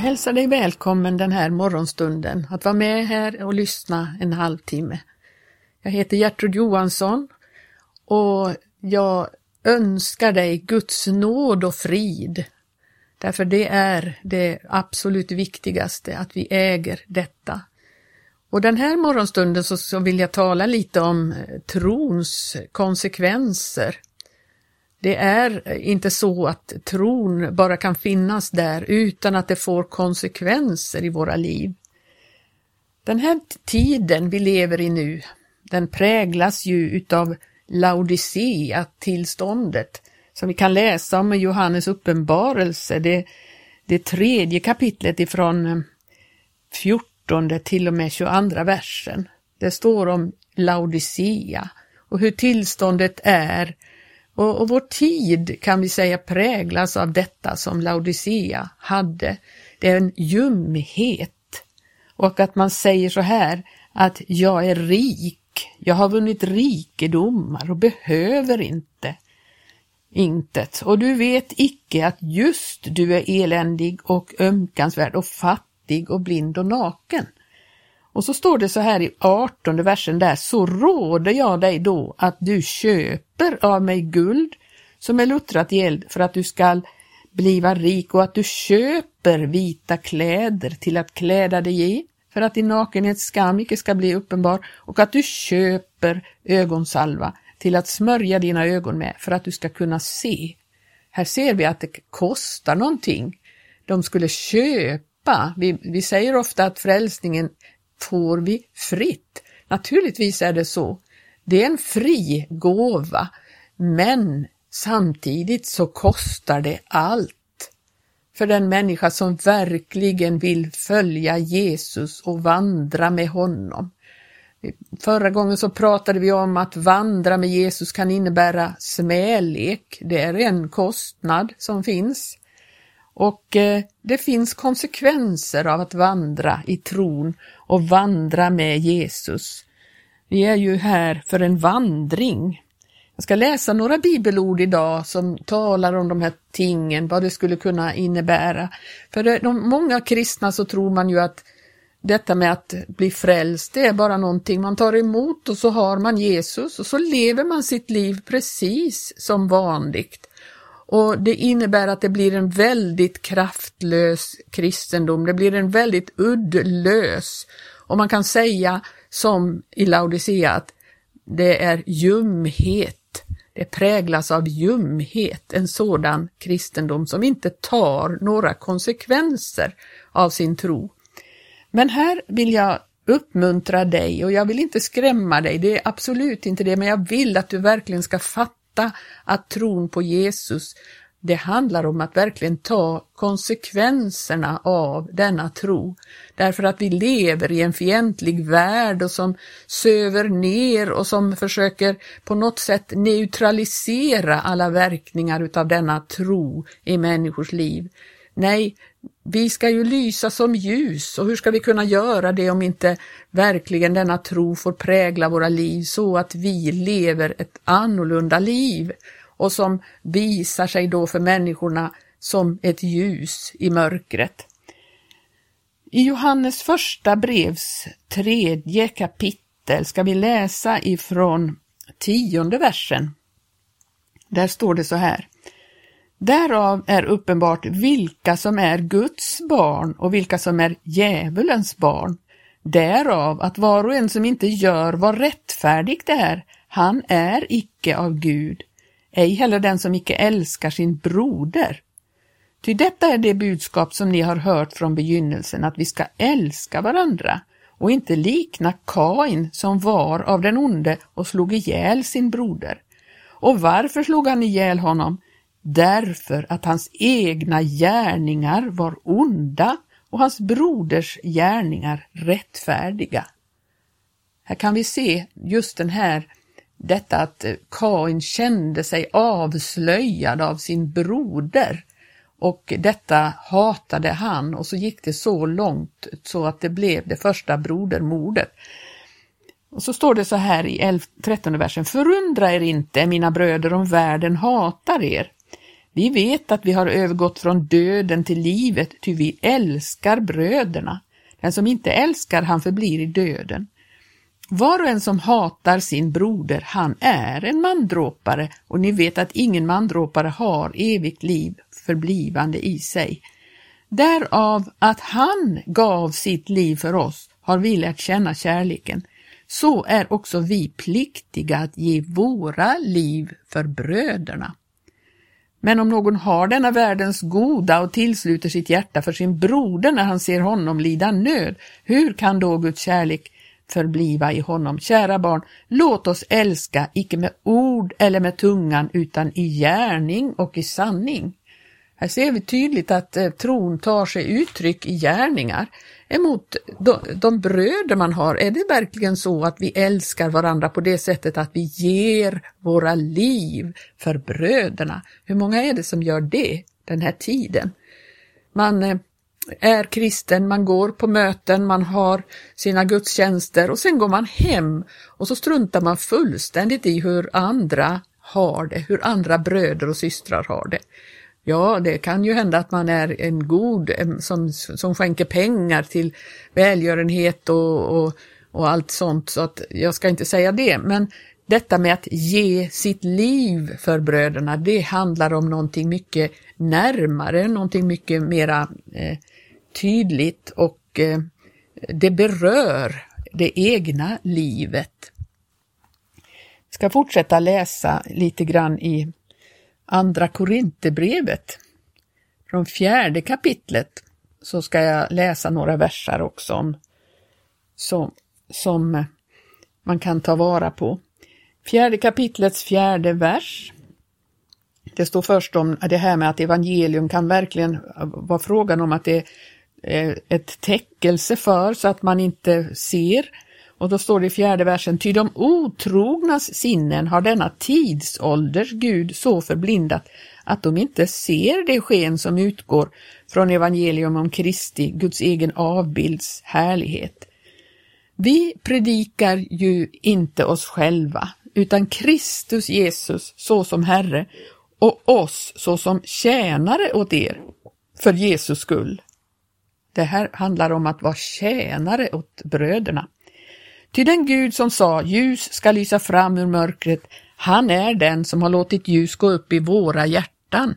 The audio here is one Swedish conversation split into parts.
hälsar dig välkommen den här morgonstunden att vara med här och lyssna en halvtimme. Jag heter Gertrud Johansson och jag önskar dig Guds nåd och frid. Därför det är det absolut viktigaste att vi äger detta. Och den här morgonstunden så vill jag tala lite om trons konsekvenser. Det är inte så att tron bara kan finnas där utan att det får konsekvenser i våra liv. Den här tiden vi lever i nu, den präglas ju utav Laodicea-tillståndet som vi kan läsa om i Johannes uppenbarelse, det 3:e kapitlet ifrån 14 till och med 22 versen. Det står om Laodicea och hur tillståndet är. Och vår tid kan vi säga präglas av detta som Laodicea hade. Det är en ljumhet. Och att man säger så här att jag är rik. Jag har vunnit rikedomar och behöver intet. Och du vet icke att just du är eländig och ömkansvärd och fattig och blind och naken. Och så står det så här i 18:e versen där: så råder jag dig då att du köper av mig guld som är luttrat i eld för att du skall bliva rik, och att du köper vita kläder till att kläda dig i för att din nakenhets skam icke ska bli uppenbar, och att du köper ögonsalva till att smörja dina ögon med för att du ska kunna se. Här ser vi att det kostar någonting. De skulle köpa. Vi säger ofta att frälsningen får vi fritt. Naturligtvis är det så. Det är en fri gåva, men samtidigt så kostar det allt. För den människa som verkligen vill följa Jesus och vandra med honom. Förra gången så pratade vi om att vandra med Jesus kan innebära smälek. Det är en kostnad som finns. Och det finns konsekvenser av att vandra i tron och vandra med Jesus. Vi är ju här för en vandring. Jag ska läsa några bibelord idag som talar om de här tingen, vad det skulle kunna innebära. För många kristna så tror man ju att detta med att bli frälst, det är bara någonting man tar emot och så har man Jesus och så lever man sitt liv precis som vanligt. Och det innebär att det blir en väldigt kraftlös kristendom. Det blir en väldigt uddlös. Och man kan säga som i Laodicea att det är ljumhet. Det präglas av ljumhet. En sådan kristendom som inte tar några konsekvenser av sin tro. Men här vill jag uppmuntra dig, och jag vill inte skrämma dig. Det är absolut inte det, men jag vill att du verkligen ska fatta att tron på Jesus, det handlar om att verkligen ta konsekvenserna av denna tro. Därför att vi lever i en fientlig värld och som söver ner och som försöker på något sätt neutralisera alla verkningar utav denna tro i människors liv. Nej, vi ska ju lysa som ljus, och hur ska vi kunna göra det om inte verkligen denna tro får prägla våra liv så att vi lever ett annorlunda liv och som visar sig då för människorna som ett ljus i mörkret. I Johannes första brevs 3:e kapitel ska vi läsa ifrån 10:e versen. Där står det så här: därav är uppenbart vilka som är Guds barn och vilka som är djävulens barn. Därav att var och en som inte gör vad rättfärdigt är, han är icke av Gud. Ej heller den som icke älskar sin broder. Ty detta är det budskap som ni har hört från begynnelsen, att vi ska älska varandra och inte likna Kain som var av den onde och slog ihjäl sin broder. Och varför slog han ihjäl honom? Därför att hans egna gärningar var onda och hans broders gärningar rättfärdiga. Här kan vi se just detta att Kain kände sig avslöjad av sin broder, och detta hatade han, och så gick det så långt så att det blev det första brodermordet. Och så står det så här i 13:e versen: förundra er inte, mina bröder, om världen hatar er. Vi vet att vi har övergått från döden till livet, ty vi älskar bröderna. Den som inte älskar, han förblir i döden. Var och en som hatar sin broder, han är en mandråpare, och ni vet att ingen mandråpare har evigt liv förblivande i sig. Därav att han gav sitt liv för oss har vi lärt känna kärleken. Så är också vi pliktiga att ge våra liv för bröderna. Men om någon har denna världens goda och tillsluter sitt hjärta för sin broder när han ser honom lida nöd, hur kan då Guds kärlek förbliva i honom? Kära barn, låt oss älska, icke med ord eller med tungan, utan i gärning och i sanning. Här ser vi tydligt att tron tar sig uttryck i gärningar. Emot de bröder man har, är det verkligen så att vi älskar varandra på det sättet att vi ger våra liv för bröderna? Hur många är det som gör det den här tiden? Man är kristen, man går på möten, man har sina gudstjänster och sen går man hem och så struntar man fullständigt i hur andra har det, hur andra bröder och systrar har det. Ja, det kan ju hända att man är en god som skänker pengar till välgörenhet och allt sånt, så att jag ska inte säga det. Men detta med att ge sitt liv för bröderna, det handlar om någonting mycket närmare, någonting mycket mera tydligt, och det berör det egna livet. Jag ska fortsätta läsa lite grann i Andra Korinthierbrevet från 4:e kapitlet, så ska jag läsa några versar också som man kan ta vara på. 4:e kapitlets 4:e vers. Det står först om det här med att evangelium kan verkligen vara frågan om att det är ett täckelse för så att man inte ser. Och då står det i 4:e versen: ty de otrognas sinnen har denna tidsålders Gud så förblindat att de inte ser det sken som utgår från evangelium om Kristi, Guds egen avbilds härlighet. Vi predikar ju inte oss själva, utan Kristus Jesus så som Herre, och oss så som tjänare åt er för Jesus skull. Det här handlar om att vara tjänare åt bröderna. Ty den Gud som sa, ljus ska lysa fram ur mörkret, han är den som har låtit ljus gå upp i våra hjärtan.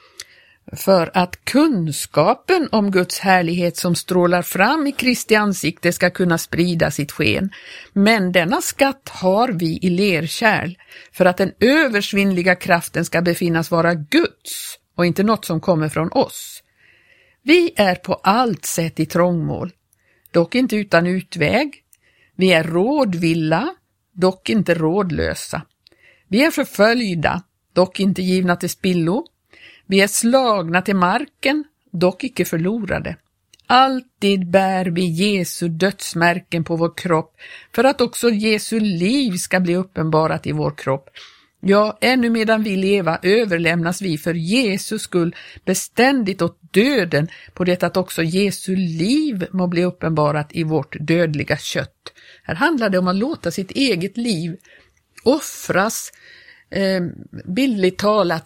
För att kunskapen om Guds härlighet som strålar fram i Kristi ansikte ska kunna sprida sitt sken. Men denna skatt har vi i lerkärl, för att den översvinnliga kraften ska befinnas vara Guds och inte något som kommer från oss. Vi är på allt sätt i trångmål, dock inte utan utväg. Vi är rådvilla, dock inte rådlösa. Vi är förföljda, dock inte givna till spillo. Vi är slagna till marken, dock icke förlorade. Alltid bär vi Jesu dödsmärken på vår kropp, för att också Jesu liv ska bli uppenbarat i vår kropp. Ja, ännu medan vi leva överlämnas vi för Jesus skull beständigt åt döden, på det att också Jesu liv må bli uppenbarat i vårt dödliga kött. Här handlar det om att låta sitt eget liv offras, bildligt talat,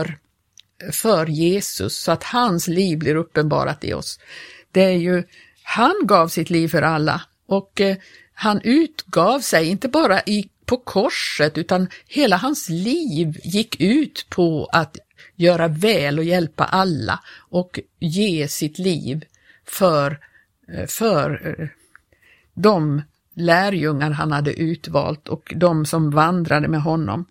för Jesus, så att hans liv blir uppenbarat i oss. Det är ju, han gav sitt liv för alla, och han utgav sig inte bara på korset, utan hela hans liv gick ut på att göra väl och hjälpa alla och ge sitt liv för de lärjungar han hade utvalt och de som vandrade med honom.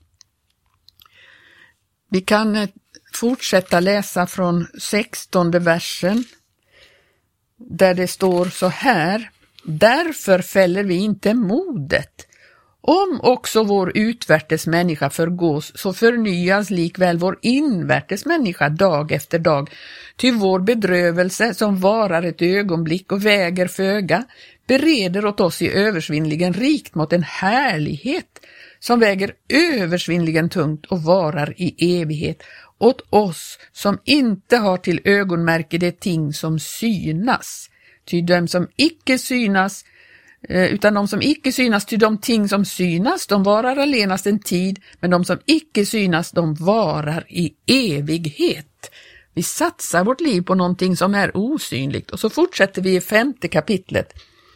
Vi kan fortsätta läsa från 16:e versen, där det står så här: därför fäller vi inte modet. Om också vår utvärtes människa förgås, så förnyas likväl vår invärtes människa dag efter dag. Ty vår bedrövelse, som varar ett ögonblick och väger föga, bereder åt oss i översvinnligen rikt mot en härlighet som väger översvinnligen tungt och varar i evighet, åt oss som inte har till ögonmärke det ting som synas. Ty dem som icke synas utan de som icke synas, till de ting som synas, de varar allenast en tid, men de som icke synas, de varar i evighet. Vi satsar vårt liv på någonting som är osynligt. Och så fortsätter vi i 5:e kapitlet.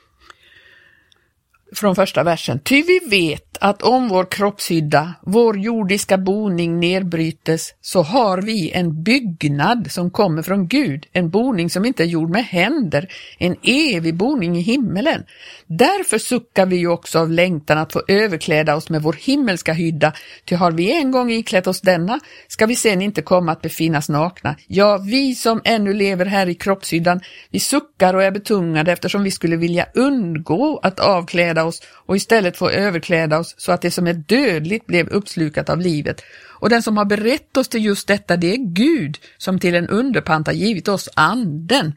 Från första versen. Ty vi vet att om vår kroppshydda, vår jordiska boning nedbrytes, så har vi en byggnad som kommer från Gud, en boning som inte är gjord med händer, en evig boning i himmelen. Därför suckar vi ju också av längtan att få överkläda oss med vår himmelska hydda, ty har vi en gång iklätt oss denna, ska vi sen inte komma att befinnas nakna. Ja, vi som ännu lever här i kroppshyddan, vi suckar och är betungade eftersom vi skulle vilja undgå att avkläda oss och istället få överkläda oss så att det som är dödligt blev uppslukat av livet. Och den som har berett oss till just detta, det är Gud som till en underpant har givit oss anden.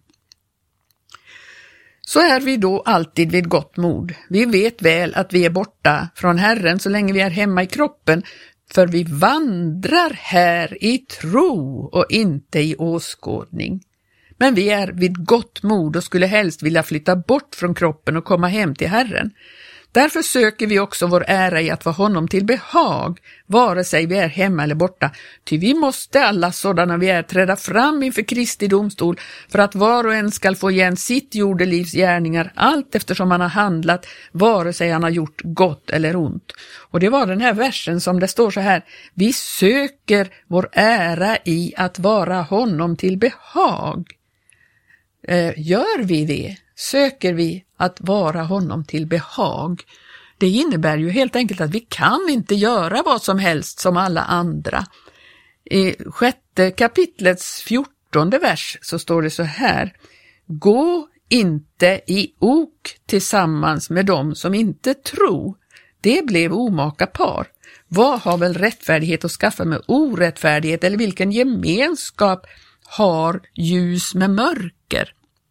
Så är vi då alltid vid gott mod. Vi vet väl att vi är borta från Herren så länge vi är hemma i kroppen, för vi vandrar här i tro och inte i åskådning. Men vi är vid gott mod och skulle helst vilja flytta bort från kroppen och komma hem till Herren. Därför söker vi också vår ära i att vara honom till behag, vare sig vi är hemma eller borta. Ty vi måste alla sådana vi är träda fram inför Kristi domstol för att var och en skall få igen sitt jordelivs gärningar allt eftersom han har handlat, vare sig han har gjort gott eller ont. Och det var den här versen som det står så här: vi söker vår ära i att vara honom till behag. Gör vi det? Söker vi att vara honom till behag? Det innebär ju helt enkelt att vi kan inte göra vad som helst som alla andra. I 6:e kapitlets 14:e vers så står det så här: gå inte i ok tillsammans med dem som inte tror. Det blev omaka par. Vad har väl rättfärdighet att skaffa med orättfärdighet, eller vilken gemenskap har ljus med mörker?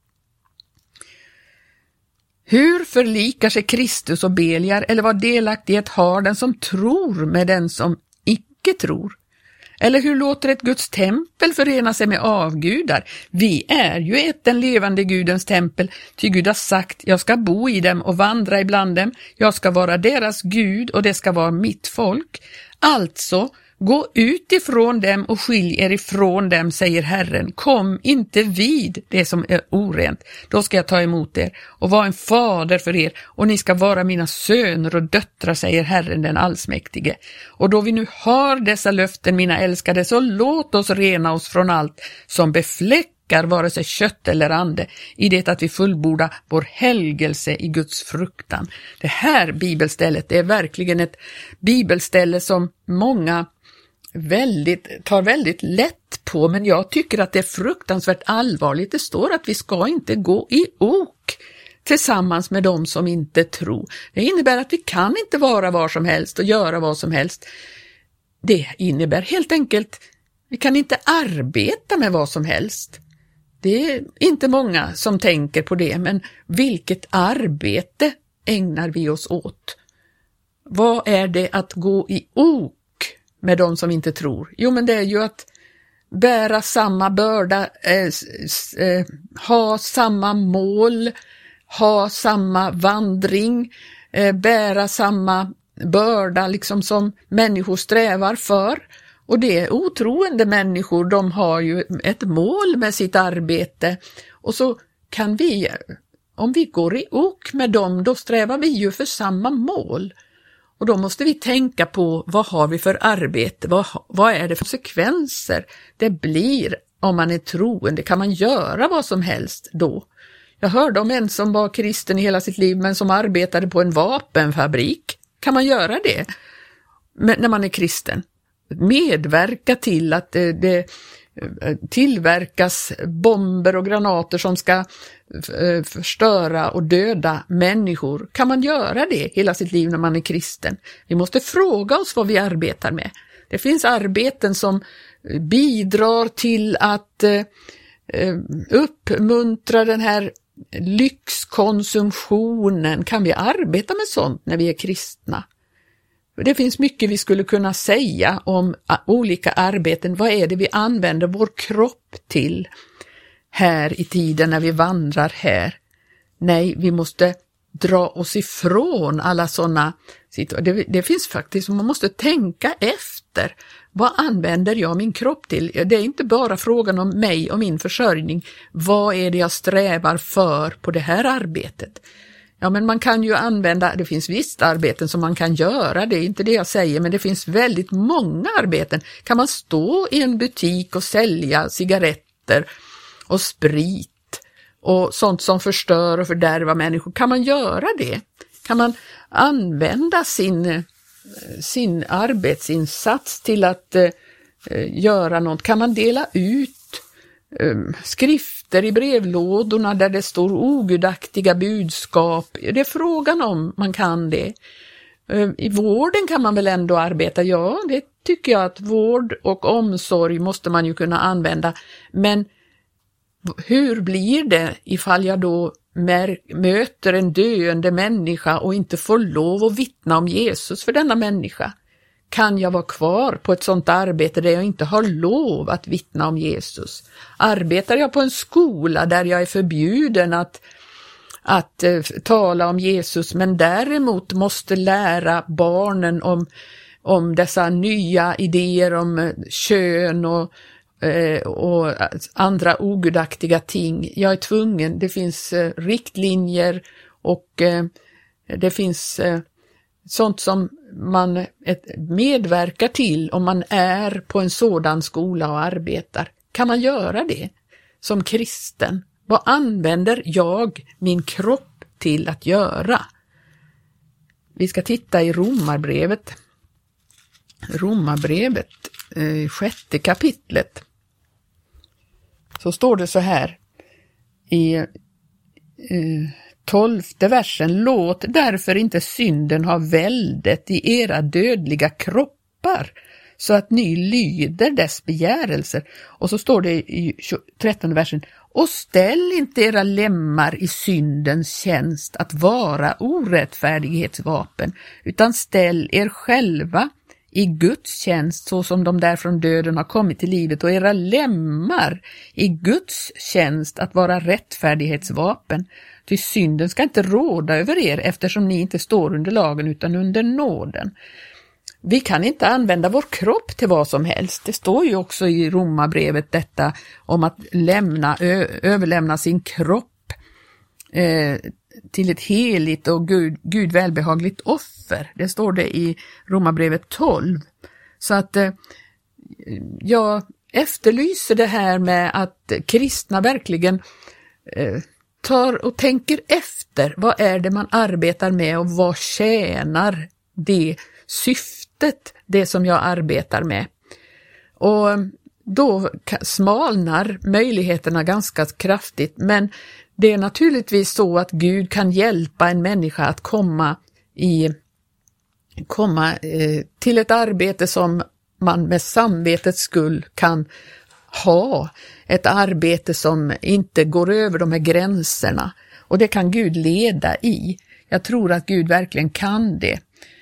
Hur förlikar sig Kristus och Beliar, eller vad delaktighet har den som tror med den som icke tror? Eller hur låter ett Guds tempel förena sig med avgudar? Vi är ju den levande Gudens tempel, ty Gud har sagt, jag ska bo i dem och vandra ibland dem, jag ska vara deras Gud och det ska vara mitt folk. Alltså, gå ut ifrån dem och skilj er ifrån dem, säger Herren. Kom inte vid det som är orent. Då ska jag ta emot er och vara en fader för er, och ni ska vara mina söner och döttrar, säger Herren den allsmäktige. Och då vi nu har dessa löften, mina älskade, så låt oss rena oss från allt som befläckar vare sig kött eller ande, i det att vi fullborda vår helgelse i Guds fruktan. Det här bibelstället, det är verkligen ett bibelställe som många tar väldigt lätt på, men jag tycker att det är fruktansvärt allvarligt. Det står att vi ska inte gå i ok tillsammans med dem som inte tror. Det innebär att vi kan inte vara var som helst och göra vad som helst. Det innebär helt enkelt vi kan inte arbeta med vad som helst. Det är inte många som tänker på det, men vilket arbete ägnar vi oss åt? Vad är det att gå i ok med de som inte tror? Jo, men det är ju att bära samma börda, ha samma mål, ha samma vandring, bära samma börda liksom som människor strävar för. Och det är otroende människor, de har ju ett mål med sitt arbete, och så kan vi, om vi går i ok med dem, då strävar vi ju för samma mål. Och då måste vi tänka på, vad har vi för arbete, vad är det för konsekvenser det blir om man är troende? Kan man göra vad som helst då? Jag hörde om en som var kristen i hela sitt liv men som arbetade på en vapenfabrik. Kan man göra det när man är kristen? Medverka till att det tillverkas bomber och granater som ska förstöra och döda människor. Kan man göra det hela sitt liv när man är kristen? Vi måste fråga oss vad vi arbetar med. Det finns arbeten som bidrar till att uppmuntra den här lyxkonsumtionen. Kan vi arbeta med sånt när vi är kristna? Det finns mycket vi skulle kunna säga om olika arbeten. Vad är det vi använder vår kropp till här i tiden när vi vandrar här? Nej, vi måste dra oss ifrån alla sådana situationer. Det finns faktiskt, man måste tänka efter. Vad använder jag min kropp till? Det är inte bara frågan om mig och min försörjning. Vad är det jag strävar för på det här arbetet? Ja, men man kan ju använda, det finns visst arbeten som man kan göra, det är inte det jag säger, men det finns väldigt många arbeten. Kan man stå i en butik och sälja cigaretter och sprit och sånt som förstör och fördärvar människor? Kan man göra det? Kan man använda sin arbetsinsats till att göra något? Kan man dela ut skrifter i brevlådorna där det står ogudaktiga budskap? Det är frågan om man kan det. I vården kan man väl ändå arbeta? Ja, det tycker jag att vård och omsorg måste man ju kunna använda. Men hur blir det ifall jag då möter en döende människa och inte får lov att vittna om Jesus för denna människa? Kan jag vara kvar på ett sådant arbete där jag inte har lov att vittna om Jesus? Arbetar jag på en skola där jag är förbjuden att tala om Jesus, men däremot måste lära barnen om dessa nya idéer om kön och andra ogudaktiga ting? Jag är tvungen, det finns riktlinjer och det finns sånt som man medverkar till om man är på en sådan skola och arbetar. Kan man göra det som kristen? Vad använder jag min kropp till att göra? Vi ska titta i Romarbrevet. Romarbrevet, 6:e kapitlet. Så står det så här i 12:e versen: låt därför inte synden ha väldet i era dödliga kroppar, så att ni lyder dess begärelser. Och så står det i 13:e versen: och ställ inte era lemmar i syndens tjänst att vara orättfärdighetsvapen, utan ställ er själva i Guds tjänst så som de där från döden har kommit till livet, och era lemmar i Guds tjänst att vara rättfärdighetsvapen. Ty synden ska inte råda över er, eftersom ni inte står under lagen utan under nåden. Vi kan inte använda vår kropp till vad som helst. Det står ju också i Romarbrevet detta om att överlämna sin kropp till ett heligt och Gud välbehagligt offer. Det står det i Romarbrevet 12. Så att jag efterlyser det här med att kristna verkligen tar och tänker efter. Vad är det man arbetar med och vad tjänar det syftet, det som jag arbetar med? Och då smalnar möjligheterna ganska kraftigt, men det är naturligtvis så att Gud kan hjälpa en människa att komma till ett arbete som man med samvetets skull kan ha. Ett arbete som inte går över de här gränserna. Och det kan Gud leda i. Jag tror att Gud verkligen kan det.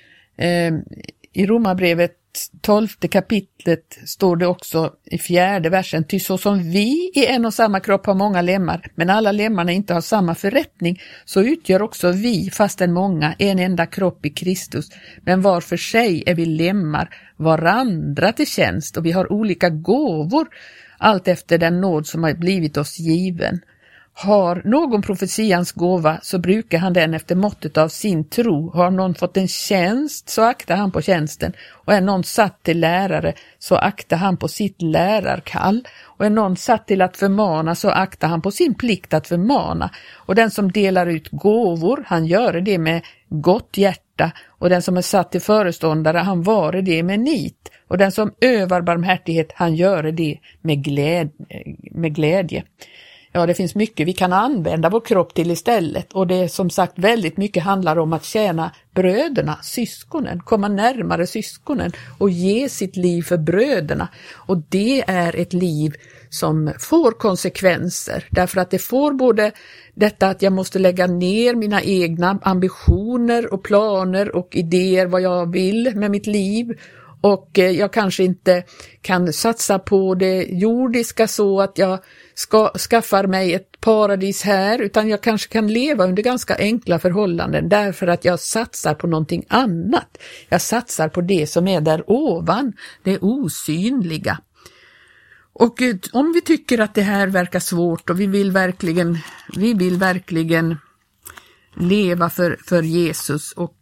I Romarbrevet 12:e kapitlet står det också i 4:e versen: ty så som vi i en och samma kropp har många lemmar, men alla lemmarna inte har samma förrättning, så utgör också vi, fastän många, en enda kropp i Kristus, men var för sig är vi lemmar varandra till tjänst, och vi har olika gåvor allt efter den nåd som har blivit oss given. Har någon profetians gåva, så brukar han den efter måttet av sin tro. Har någon fått en tjänst, så aktar han på tjänsten. Och är någon satt till lärare, så aktar han på sitt lärarkall. Och är någon satt till att förmana, så aktar han på sin plikt att förmana. Och den som delar ut gåvor, han gör det med gott hjärta. Och den som är satt till föreståndare, han vare det med nit. Och den som övar barmhärtighet, han gör det med glädje. Ja, det finns mycket vi kan använda vår kropp till istället, och det är som sagt väldigt mycket handlar om att tjäna bröderna, syskonen, komma närmare syskonen och ge sitt liv för bröderna. Och det är ett liv som får konsekvenser, därför att det får både detta att jag måste lägga ner mina egna ambitioner och planer och idéer vad jag vill med mitt liv, Och jag kanske inte kan satsa på det jordiska så att jag skaffar mig ett paradis här, utan jag kanske kan leva under ganska enkla förhållanden därför att jag satsar på någonting annat. Jag satsar på det som är där ovan, det osynliga. Och om vi tycker att det här verkar svårt och vi vill verkligen leva för Jesus och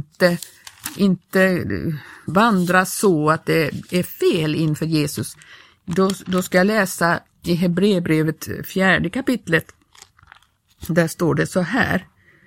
inte vandra så att det är fel inför Jesus, då ska jag läsa i Hebreerbrevet 4 kapitlet. Där står det så här.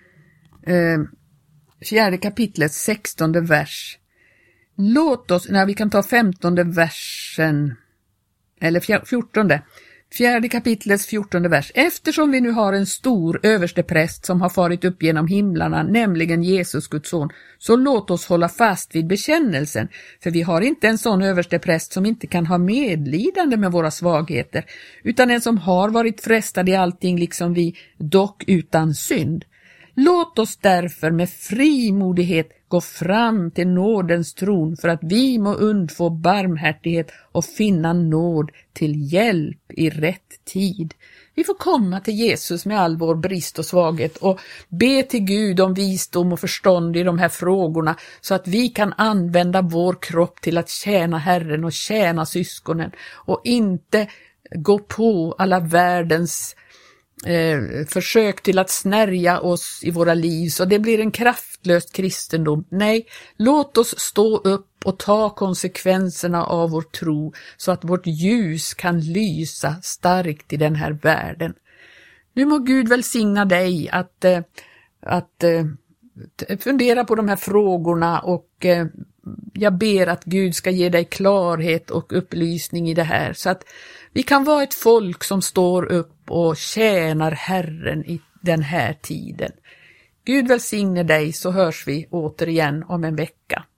4 kapitlet 16:e vers. Låt oss, vi kan ta 15:e versen, eller 14:e. 4 kapitlets 14:e vers. Eftersom vi nu har en stor överstepräst som har farit upp genom himlarna, nämligen Jesus, Guds son, så låt oss hålla fast vid bekännelsen. För vi har inte en sån överstepräst som inte kan ha medlidande med våra svagheter, utan en som har varit frestad i allting liksom vi, dock utan synd. Låt oss därför med frimodighet gå fram till nådens tron för att vi må undfå barmhärtighet och finna nåd till hjälp i rätt tid. Vi får komma till Jesus med all vår brist och svaghet och be till Gud om visdom och förstånd i de här frågorna så att vi kan använda vår kropp till att tjäna Herren och tjäna syskonen och inte gå på alla världens försök till att snärja oss i våra liv så det blir en kraftlös kristendom. Nej, låt oss stå upp och ta konsekvenserna av vår tro så att vårt ljus kan lysa starkt i den här världen. Nu må Gud välsigna dig att fundera på de här frågorna och jag ber att Gud ska ge dig klarhet och upplysning i det här så att vi kan vara ett folk som står upp och tjänar Herren i den här tiden. Gud välsigne dig, så hörs vi återigen om en vecka.